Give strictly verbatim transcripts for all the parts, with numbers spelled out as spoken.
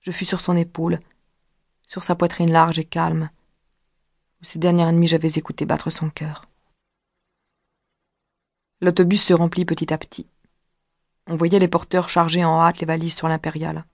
Je fus sur son épaule, sur sa poitrine large et calme, où ces dernières nuits j'avais écouté battre son cœur. L'autobus se remplit petit à petit. On voyait les porteurs charger en hâte les valises sur l'impériale.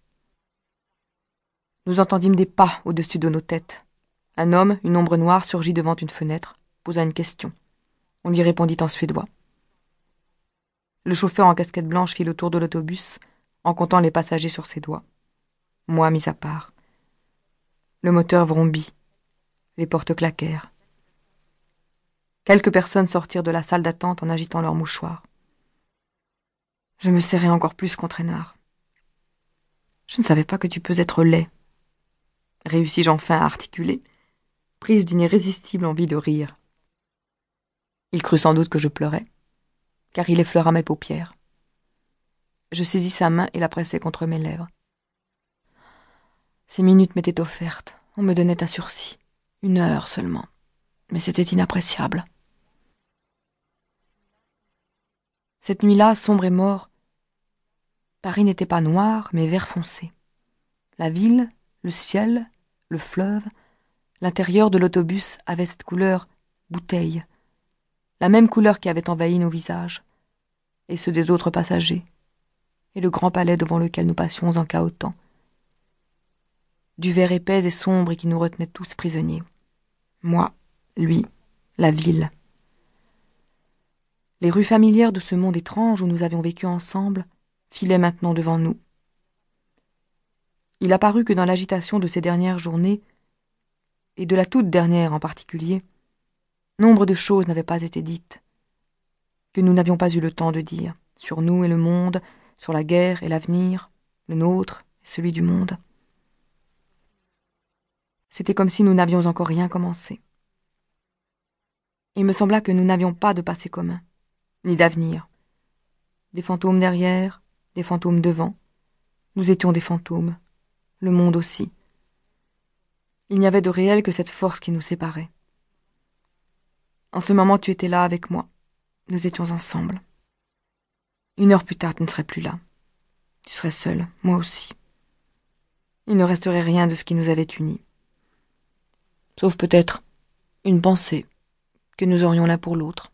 Nous entendîmes des pas au-dessus de nos têtes. Un homme, une ombre noire, surgit devant une fenêtre, posa une question. On lui répondit en suédois. Le chauffeur en casquette blanche fit le tour de l'autobus, en comptant les passagers sur ses doigts. Moi, mis à part. Le moteur vrombit. Les portes claquèrent. Quelques personnes sortirent de la salle d'attente en agitant leurs mouchoirs. Je me serrai encore plus contre Hénard. Je ne savais pas que tu peux être laid. Réussis-je enfin à articuler, prise d'une irrésistible envie de rire. Il crut sans doute que je pleurais, car il effleura mes paupières. Je saisis sa main et la pressai contre mes lèvres. Ces minutes m'étaient offertes. On me donnait un sursis. Une heure seulement. Mais c'était inappréciable. Cette nuit-là, sombre et mort, Paris n'était pas noir, mais vert foncé. La ville, le ciel, le fleuve, l'intérieur de l'autobus avait cette couleur bouteille, la même couleur qui avait envahi nos visages, et ceux des autres passagers, et le grand palais devant lequel nous passions en cahotant. Du vert épais et sombre et qui nous retenait tous prisonniers. Moi, lui, la ville. Les rues familières de ce monde étrange où nous avions vécu ensemble filaient maintenant devant nous. Il apparut que dans l'agitation de ces dernières journées, et de la toute dernière en particulier, nombre de choses n'avaient pas été dites, que nous n'avions pas eu le temps de dire, sur nous et le monde, sur la guerre et l'avenir, le nôtre et celui du monde. C'était comme si nous n'avions encore rien commencé. Il me sembla que nous n'avions pas de passé commun, ni d'avenir. Des fantômes derrière, des fantômes devant. Nous étions des fantômes, le monde aussi. Il n'y avait de réel que cette force qui nous séparait. En ce moment, tu étais là avec moi. Nous étions ensemble. Une heure plus tard, tu ne serais plus là. Tu serais seul, moi aussi. Il ne resterait rien de ce qui nous avait unis. Sauf peut-être une pensée que nous aurions l'un pour l'autre.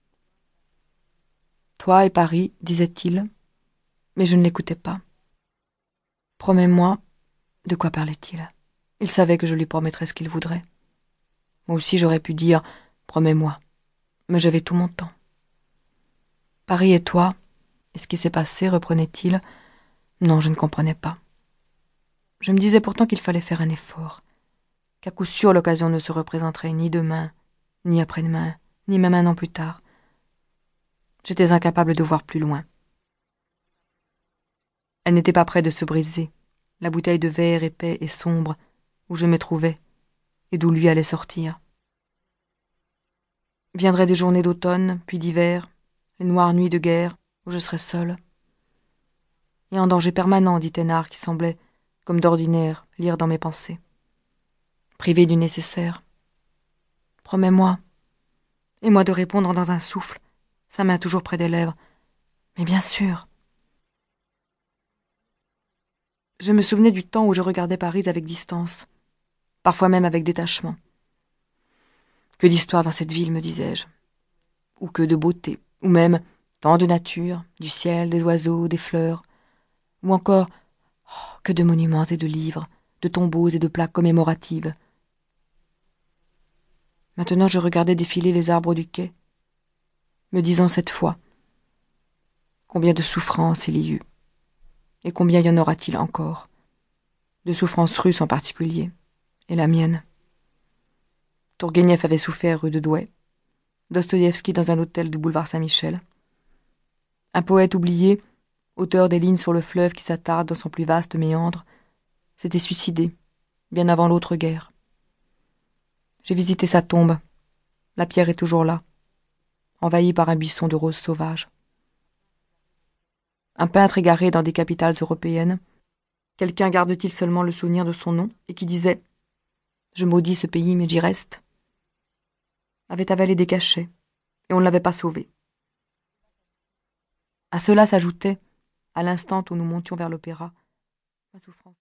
Toi et Paris, disait-il, mais je ne l'écoutais pas. Promets-moi, de quoi parlait-il? Il savait que je lui promettrais ce qu'il voudrait. Moi aussi j'aurais pu dire « Promets-moi », mais j'avais tout mon temps. Paris et toi, et ce qui s'est passé, reprenait-il? Non, je ne comprenais pas. Je me disais pourtant qu'il fallait faire un effort, qu'à coup sûr l'occasion ne se représenterait ni demain, ni après-demain, ni même un an plus tard. J'étais incapable de voir plus loin. Elle n'était pas près de se briser, la bouteille de verre épais et sombre où je me trouvais et d'où lui allait sortir. Viendraient des journées d'automne, puis d'hiver, les noires nuits de guerre où je serais seule. Et en danger permanent, dit Hénard, qui semblait, comme d'ordinaire, lire dans mes pensées. Privé du nécessaire. Promets-moi. Et moi de répondre dans un souffle, sa main toujours près des lèvres. Mais bien sûr. Je me souvenais du temps où je regardais Paris avec distance, parfois même avec détachement. Que d'histoire dans cette ville, me disais-je. Ou que de beauté, ou même tant de nature, du ciel, des oiseaux, des fleurs, ou encore oh, que de monuments et de livres, de tombeaux et de plaques commémoratives. Maintenant je regardais défiler les arbres du quai, me disant cette fois combien de souffrances il y eut, et combien y en aura-t-il encore, de souffrances russes en particulier, et la mienne. Tourguenieff avait souffert rue de Douai, Dostoïevski dans un hôtel du boulevard Saint-Michel. Un poète oublié, auteur des lignes sur le fleuve qui s'attarde dans son plus vaste méandre, s'était suicidé, bien avant l'autre guerre. J'ai visité sa tombe. La pierre est toujours là, envahie par un buisson de roses sauvages. Un peintre égaré dans des capitales européennes, quelqu'un garde-t-il seulement le souvenir de son nom, et qui disait « Je maudis ce pays, mais j'y reste », avait avalé des cachets, et on ne l'avait pas sauvé. À cela s'ajoutait, à l'instant où nous montions vers l'opéra, ma souffrance.